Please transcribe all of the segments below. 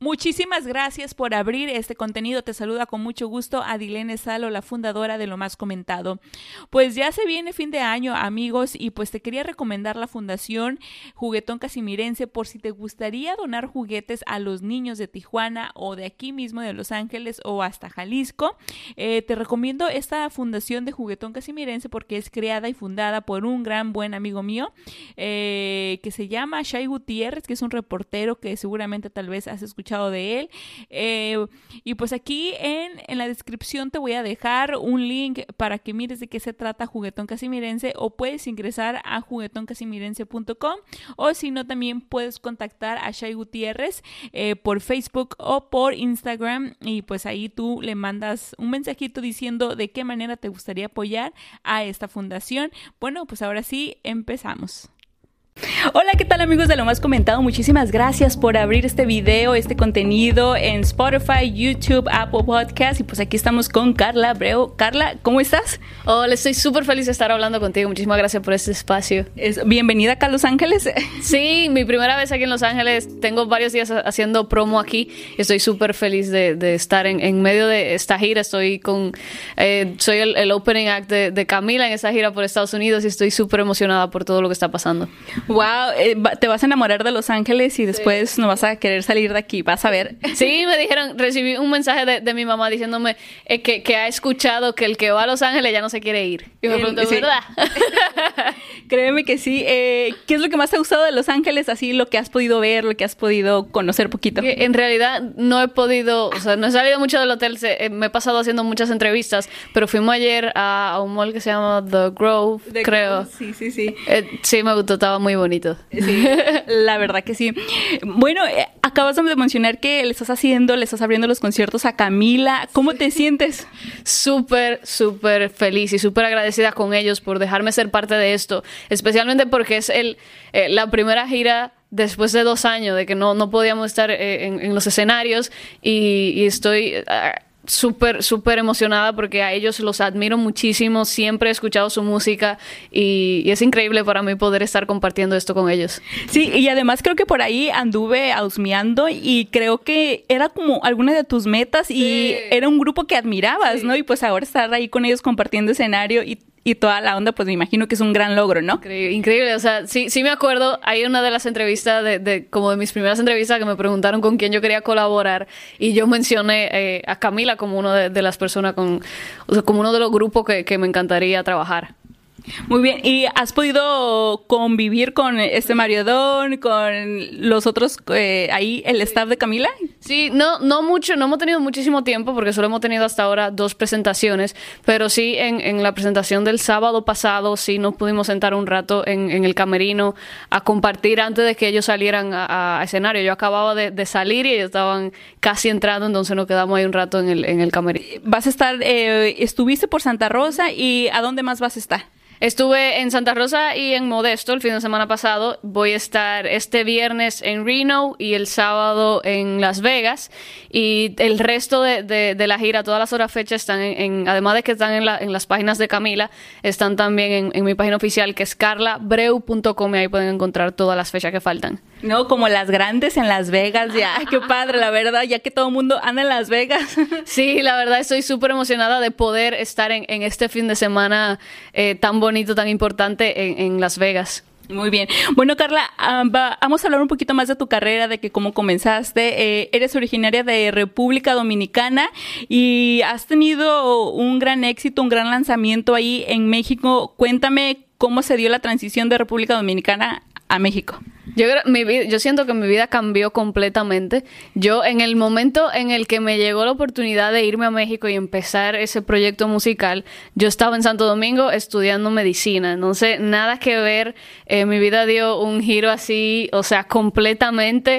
Muchísimas gracias por abrir este contenido. Te saluda con mucho gusto Adilene Salo, la fundadora de Lo Más Comentado. Pues ya se viene fin de año, amigos, y pues te quería recomendar la Fundación Juguetón Casimirense por si te gustaría donar juguetes a los niños de Tijuana o de aquí mismo de Los Ángeles o hasta Jalisco. Te recomiendo esta Fundación de Juguetón Casimirense porque es creada y fundada por un gran buen amigo mío que se llama Shai Gutiérrez, que es un reportero que seguramente tal vez has escuchado de él. Y pues aquí en la descripción te voy a dejar un link para que mires de qué se trata Juguetón Casimirense, o puedes ingresar a juguetoncasimirense.com, o si no también puedes contactar a Shai Gutiérrez por Facebook o por Instagram, y pues ahí tú le mandas un mensajito diciendo de qué manera te gustaría apoyar a esta fundación. Bueno, pues ahora sí, empezamos. Hola, ¿qué tal, amigos de Lo Más Comentado? Muchísimas gracias por abrir este video, este contenido en Spotify, YouTube, Apple Podcast, y pues aquí estamos con Carla Breu. Carla, ¿cómo estás? Hola, estoy súper feliz de estar hablando contigo. Muchísimas gracias por este espacio. Bienvenida acá a Los Ángeles. Sí, mi primera vez aquí en Los Ángeles. Tengo varios días haciendo promo aquí. Estoy súper feliz de estar en medio de esta gira. Estoy soy el opening act de Camila en esa gira por Estados Unidos y estoy súper emocionada por todo lo que está pasando. Wow, te vas a enamorar de Los Ángeles y después no vas a querer salir de aquí, vas a ver. Sí, me dijeron, recibí un mensaje de mi mamá diciéndome que ha escuchado que el que va a Los Ángeles ya no se quiere ir. Y me preguntó, sí. ¿verdad? Créeme que sí. ¿Qué es lo que más te ha gustado de Los Ángeles? Así, lo que has podido ver, lo que has podido conocer poquito. En realidad no he podido, o sea, no he salido mucho del hotel, me he pasado haciendo muchas entrevistas, pero fuimos ayer a un mall que se llama The Grove, creo. Sí. Sí, me gustó, estaba muy bonito. Sí, la verdad que sí. Bueno, acabas de mencionar que le estás abriendo los conciertos a Camila. ¿Cómo te sientes? Súper feliz y súper agradecida con ellos por dejarme ser parte de esto, especialmente porque es la primera gira después de 2 años de que no podíamos estar en los escenarios, y estoy súper emocionada porque a ellos los admiro muchísimo, siempre he escuchado su música y es increíble para mí poder estar compartiendo esto con ellos. Sí, y además creo que por ahí anduve husmeando y creo que era como alguna de tus metas y era un grupo que admirabas, ¿no? Y pues ahora estar ahí con ellos compartiendo escenario y toda la onda, pues me imagino que es un gran logro, ¿no? Increíble, o sea, sí me acuerdo, hay una de las entrevistas, como de mis primeras entrevistas, que me preguntaron con quién yo quería colaborar, y yo mencioné a Camila como una de las personas, como uno de los grupos que me encantaría trabajar. Muy bien, ¿y has podido convivir con Mario Don, con los otros, ahí, el staff de Camila? Sí, no mucho, no hemos tenido muchísimo tiempo porque solo hemos tenido hasta ahora 2 presentaciones, pero sí en la presentación del sábado pasado sí nos pudimos sentar un rato en el camerino a compartir antes de que ellos salieran a escenario. Yo acababa de salir y ellos estaban casi entrando, entonces nos quedamos ahí un rato en el camerino. Vas a estar, estuviste por Santa Rosa, ¿y a dónde más vas a estar? Estuve en Santa Rosa y en Modesto el fin de semana pasado. Voy a estar este viernes en Reno y el sábado en Las Vegas. Y el resto de la gira, todas las horas fechas están además de que están en las páginas de Camila, están también en mi página oficial, que es carlabreu.com, y ahí pueden encontrar todas las fechas que faltan. No, como las grandes en Las Vegas, ya. Qué padre, la verdad, ya que todo el mundo anda en Las Vegas. Sí, la verdad estoy súper emocionada de poder estar en este fin de semana tan bonito, tan importante en Las Vegas. Muy bien. Bueno, Carla, vamos a hablar un poquito más de tu carrera, de que cómo comenzaste. Eres originaria de República Dominicana y has tenido un gran éxito, un gran lanzamiento ahí en México. Cuéntame cómo se dio la transición de República Dominicana a México. Yo siento que mi vida cambió completamente. Yo, en el momento en el que me llegó la oportunidad de irme a México y empezar ese proyecto musical, yo estaba en Santo Domingo estudiando medicina. Entonces, nada que ver. Mi vida dio un giro así, o sea, completamente.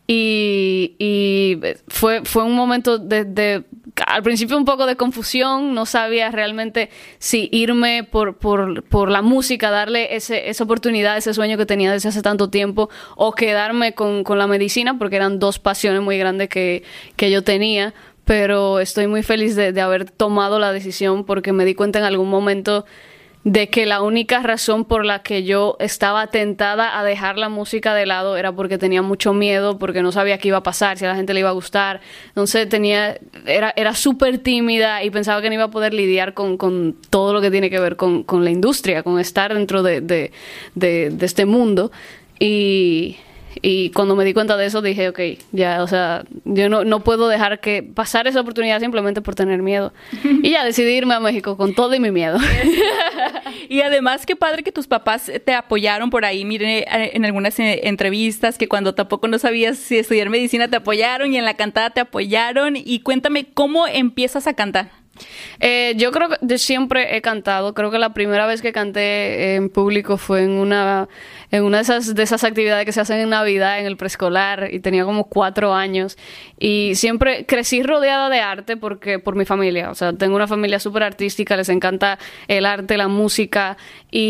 Y fue un momento al principio un poco de confusión. No sabía realmente si irme por la música, darle esa oportunidad, ese sueño que tenía desde hace tanto tiempo, o quedarme con la medicina, porque eran 2 pasiones muy grandes que yo tenía. Pero estoy muy feliz de haber tomado la decisión, porque me di cuenta en algún momento de que la única razón por la que yo estaba tentada a dejar la música de lado era porque tenía mucho miedo, porque no sabía qué iba a pasar, si a la gente le iba a gustar. Entonces era súper tímida y pensaba que no iba a poder lidiar con todo lo que tiene que ver con la industria, con estar dentro de este mundo. Y cuando me di cuenta de eso dije, ok, ya, o sea, yo no puedo dejar que pasar esa oportunidad simplemente por tener miedo. Y ya decidí irme a México con todo y mi miedo. Y además, qué padre que tus papás te apoyaron por ahí. Mire, en algunas entrevistas que cuando tampoco no sabías si estudiar medicina te apoyaron y en la cantada te apoyaron. Y cuéntame, ¿cómo empiezas a cantar? Yo creo que siempre he cantado. Creo que la primera vez que canté en público fue en una de esas actividades que se hacen en Navidad en el preescolar, y tenía como 4 años. Y siempre crecí rodeada de arte por mi familia. O sea, tengo una familia súper artística, les encanta el arte, la música,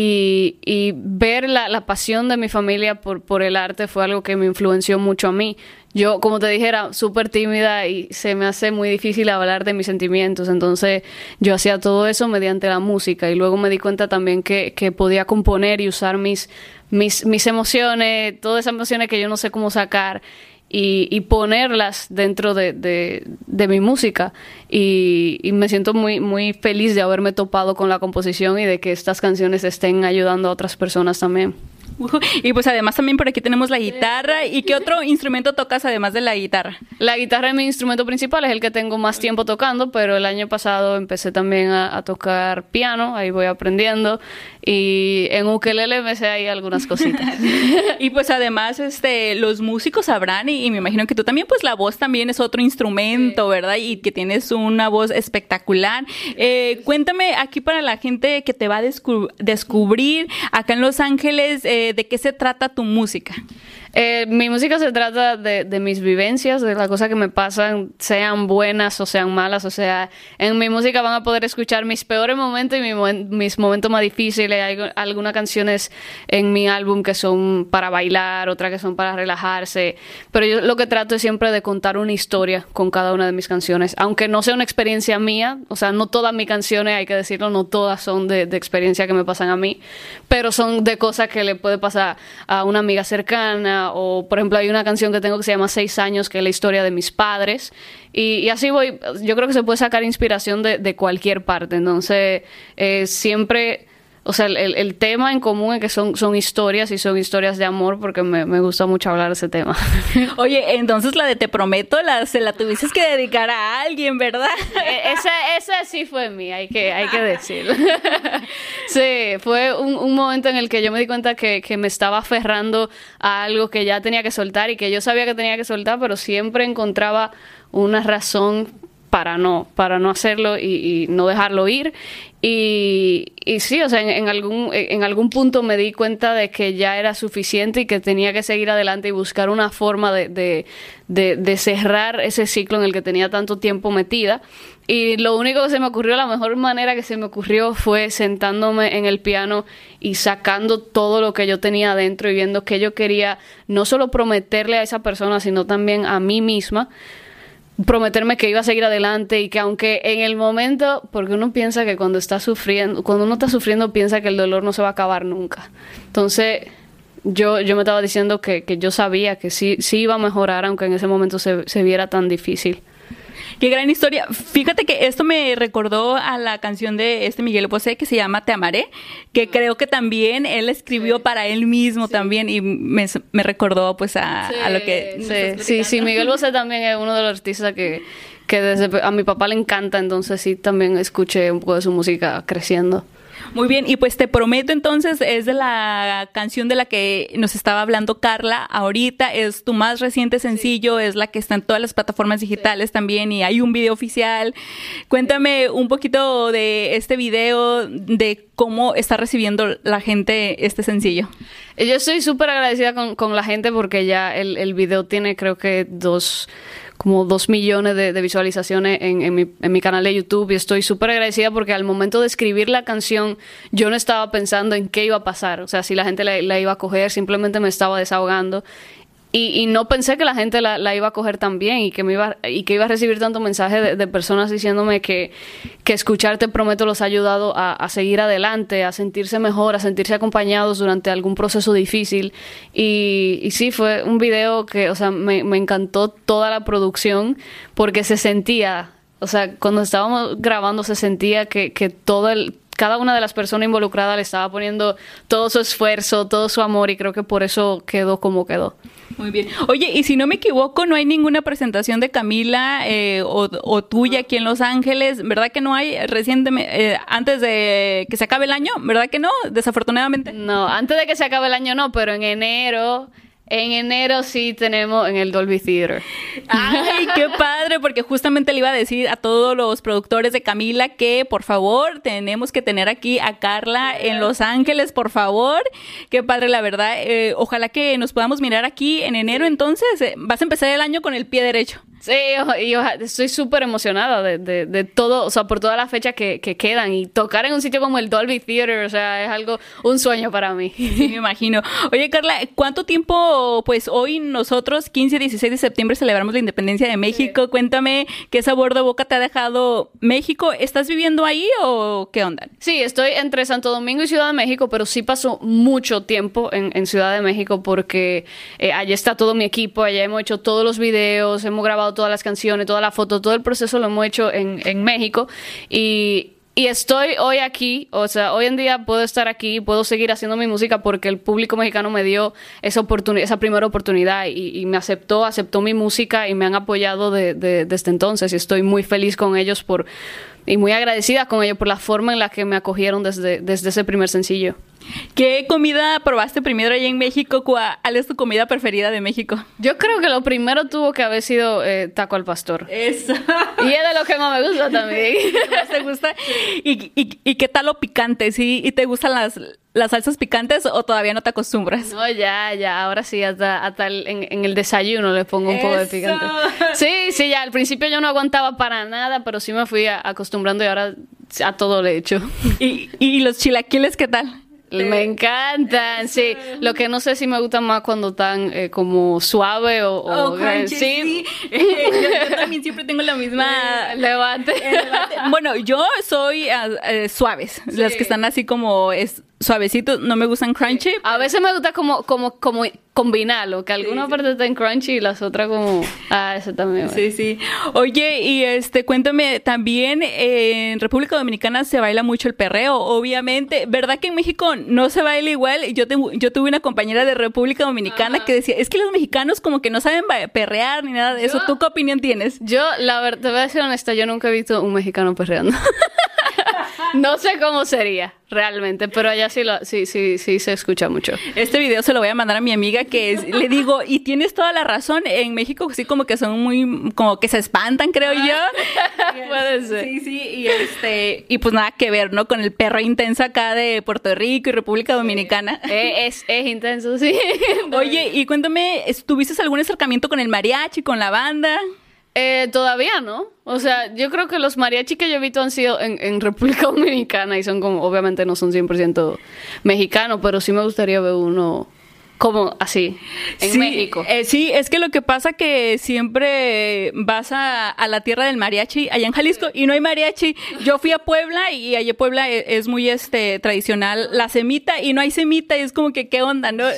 y ver la pasión de mi familia por el arte fue algo que me influenció mucho a mí. Yo, como te dije, era súper tímida y se me hace muy difícil hablar de mis sentimientos. Entonces, yo hacía todo eso mediante la música. Y luego me di cuenta también que podía componer y usar mis emociones, todas esas emociones que yo no sé cómo sacar, y ponerlas dentro de mi música. Y me siento muy, muy feliz de haberme topado con la composición y de que estas canciones estén ayudando a otras personas también. Y pues además también por aquí tenemos la guitarra. ¿Y qué otro instrumento tocas además de la guitarra? La guitarra es mi instrumento principal, es el que tengo más tiempo tocando, pero el año pasado empecé también a tocar piano, ahí voy aprendiendo, y en ukelele me sé ahí algunas cositas. Y pues además los músicos sabrán, y me imagino que tú también, pues la voz también es otro instrumento, ¿verdad? Y que tienes una voz espectacular. Cuéntame aquí para la gente que te va a descubrir acá en Los Ángeles, ¿de qué se trata tu música? Mi música se trata de mis vivencias, de las cosas que me pasan, sean buenas o sean malas. O sea, en mi música van a poder escuchar mis peores momentos y mis momentos más difíciles. Hay algunas canciones en mi álbum que son para bailar, otras que son para relajarse. Pero yo lo que trato es siempre de contar una historia con cada una de mis canciones. Aunque no sea una experiencia mía, o sea, no todas mis canciones, hay que decirlo, no todas son de experiencias que me pasan a mí, pero son de cosas que le puede pasar a una amiga cercana. O, por ejemplo, hay una canción que tengo que se llama 6 años, que es la historia de mis padres. Y así voy. Yo creo que se puede sacar inspiración de cualquier parte. Entonces, siempre... O sea, el tema en común es que son historias, y son historias de amor, porque me gusta mucho hablar de ese tema. Oye, entonces la de Te Prometo se la tuviste que dedicar a alguien, ¿verdad? Esa sí fue mía, hay que decirlo. Sí, fue un momento en el que yo me di cuenta que me estaba aferrando a algo que ya tenía que soltar y que yo sabía que tenía que soltar, pero siempre encontraba una razón para no hacerlo y no dejarlo ir. Y sí, o sea, en algún punto me di cuenta de que ya era suficiente y que tenía que seguir adelante y buscar una forma de cerrar ese ciclo en el que tenía tanto tiempo metida. Y lo único que se me ocurrió, la mejor manera que se me ocurrió, fue sentándome en el piano y sacando todo lo que yo tenía adentro y viendo que yo quería no solo prometerle a esa persona, sino también a mí misma, prometerme que iba a seguir adelante, y que aunque en el momento, porque uno piensa que cuando uno está sufriendo piensa que el dolor no se va a acabar nunca. Entonces yo me estaba diciendo que yo sabía que sí iba a mejorar, aunque en ese momento se viera tan difícil. Qué gran historia. Fíjate que esto me recordó a la canción de Miguel Bosé, que se llama Te Amaré, que creo que también él escribió para él mismo también, y me recordó pues a lo que... Sí, Miguel Bosé también es uno de los artistas que a mi papá le encanta, entonces sí también escuché un poco de su música creciendo. Muy bien, y pues Te Prometo entonces es de la canción de la que nos estaba hablando Carla ahorita, es tu más reciente sencillo, es la que está en todas las plataformas digitales también, y hay un video oficial. Cuéntame un poquito de este video, de cómo está recibiendo la gente este sencillo. Yo estoy súper agradecida con la gente, porque ya el video tiene, creo que como 2 millones de visualizaciones en mi canal de YouTube, y estoy súper agradecida porque al momento de escribir la canción yo no estaba pensando en qué iba a pasar, o sea, si la gente la iba a coger, simplemente me estaba desahogando. Y no pensé que la gente la iba a coger tan bien y que iba a recibir tanto mensaje de personas diciéndome que escuchar Te Prometo los ha ayudado a seguir adelante, a sentirse mejor, a sentirse acompañados durante algún proceso difícil. Y sí, fue un video que, o sea, me encantó toda la producción porque se sentía, o sea, cuando estábamos grabando se sentía que cada una de las personas involucradas le estaba poniendo todo su esfuerzo, todo su amor, y creo que por eso quedó como quedó. Muy bien. Oye, y si no me equivoco, no hay ninguna presentación de Camila o tuya aquí en Los Ángeles, ¿verdad que no hay recientemente, antes de que se acabe el año? ¿Verdad que no? Desafortunadamente. No, antes de que se acabe el año no, pero en enero sí tenemos en el Dolby Theater. ¡Ay, qué padre! Porque justamente le iba a decir a todos los productores de Camila que, por favor, tenemos que tener aquí a Carla en Los Ángeles, por favor. Qué padre, la verdad. Ojalá que nos podamos mirar aquí en enero, entonces. Vas a empezar el año con el pie derecho. Sí, y estoy súper emocionada de todo, o sea, por todas las fechas que quedan, y tocar en un sitio como el Dolby Theater, o sea, es un sueño para mí. Sí, me imagino. Oye, Carla, ¿cuánto tiempo, pues hoy nosotros, 15 y 16 de septiembre, celebramos la independencia de México? Sí. Cuéntame qué sabor de boca te ha dejado México. ¿Estás viviendo ahí o qué onda? Sí, estoy entre Santo Domingo y Ciudad de México, pero sí paso mucho tiempo en Ciudad de México porque allá está todo mi equipo, allá hemos hecho todos los videos, hemos grabado todas las canciones, toda la foto, todo el proceso lo hemos hecho en México, y estoy hoy aquí, o sea, hoy en día puedo estar aquí, puedo seguir haciendo mi música porque el público mexicano me dio esa primera oportunidad y me aceptó mi música y me han apoyado desde entonces, y estoy muy feliz con ellos y muy agradecida con ellos por la forma en la que me acogieron desde ese primer sencillo. ¿Qué comida probaste primero allá en México? ¿Cuál es tu comida preferida de México? Yo creo que lo primero tuvo que haber sido taco al pastor. Eso. Y es de lo que más me gusta también. ¿Más te gusta? ¿Y qué tal lo picante? ¿Sí? ¿Y te gustan las salsas picantes o todavía no te acostumbras? No, ya, ahora sí, hasta en el desayuno le pongo un poco de picante. Sí, ya, al principio yo no aguantaba para nada, pero sí me fui acostumbrando y ahora a todo le echo. ¿Y los chilaquiles qué tal? Me encantan, sí. Lo que no sé si me gustan más cuando están como suave o crunchy, sí. Yo también siempre tengo la misma levante. Bueno, yo soy suaves, sí. Las que están así como suavecitos, no me gustan crunchy. Sí. A veces me gusta como combinarlo, que alguna parte está en crunchy y las otras como... eso también. Sí, sí. Oye, y cuéntame, también en República Dominicana se baila mucho el perreo, obviamente. ¿Verdad que en México no se baila igual? Yo tuve una compañera de República Dominicana que decía, es que los mexicanos como que no saben perrear ni nada de eso. ¿Tú qué opinión tienes? Yo, la verdad, te voy a decir honesta, yo nunca he visto un mexicano perreando. No sé cómo sería realmente, pero allá sí se escucha mucho. Este video se lo voy a mandar a mi amiga le digo, y tienes toda la razón, en México sí como que son muy, como que se espantan, creo yo. Puede ser. Sí, y pues nada que ver, ¿no? Con el perro intenso acá de Puerto Rico y República Dominicana. Es intenso, sí. Oye, y cuéntame, ¿tuviste algún acercamiento con el mariachi, con la banda? Todavía no. O sea, yo creo que los mariachi que yo he visto han sido en República Dominicana y son como, obviamente no son 100% mexicanos, pero sí me gustaría ver uno como así, en México. Sí, es que lo que pasa que siempre vas a la tierra del mariachi, allá en Jalisco, y no hay mariachi. Yo fui a Puebla y allá Puebla es muy tradicional la semita, y no hay semita, y es como que, ¿qué onda, no?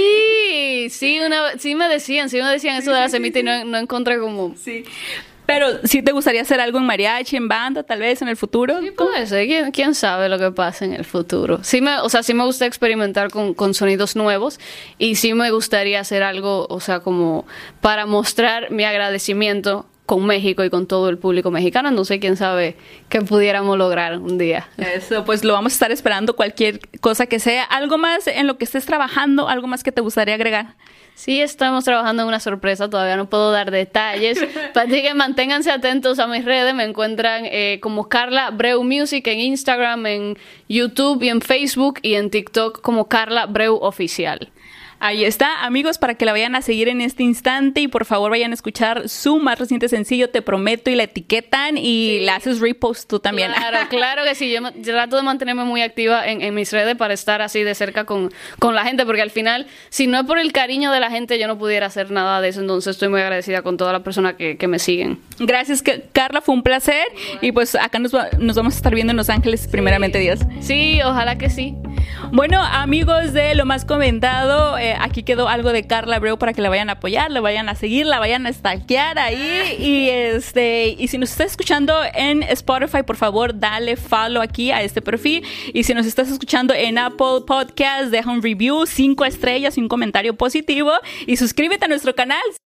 Sí me decían eso de la semita y no encontré como... Sí. Pero ¿sí te gustaría hacer algo en mariachi, en banda, tal vez en el futuro? Sí, puede ser. ¿Quién sabe lo que pasa en el futuro? Sí me gusta experimentar con sonidos nuevos, y sí me gustaría hacer algo, o sea, como para mostrar mi agradecimiento con México y con todo el público mexicano. No sé, quién sabe qué pudiéramos lograr un día. Eso, pues lo vamos a estar esperando, cualquier cosa que sea. ¿Algo más en lo que estés trabajando? ¿Algo más que te gustaría agregar? Sí, estamos trabajando en una sorpresa, todavía no puedo dar detalles. Así que manténganse atentos a mis redes, me encuentran como Carla Breu Music en Instagram, en YouTube y en Facebook, y en TikTok como Carla Breu Oficial. Ahí está, amigos, para que la vayan a seguir en este instante y por favor vayan a escuchar su más reciente sencillo, Te Prometo, y la etiquetan y la haces repost tú también. Claro que sí, yo trato de mantenerme muy activa en mis redes para estar así de cerca con la gente, porque al final, si no es por el cariño de la gente, yo no pudiera hacer nada de eso, entonces estoy muy agradecida con todas las personas que me siguen. Gracias, Carla, fue un placer y pues acá nos vamos a estar viendo en Los Ángeles, primeramente Dios. Sí, ojalá que sí. Bueno, amigos de Lo Más Comentado, aquí quedó algo de Carla Abreu para que la vayan a apoyar, la vayan a seguir, la vayan a stalkear ahí y si nos estás escuchando en Spotify, por favor, dale follow aquí a este perfil, y si nos estás escuchando en Apple Podcast, deja un review, 5 estrellas y un comentario positivo y suscríbete a nuestro canal.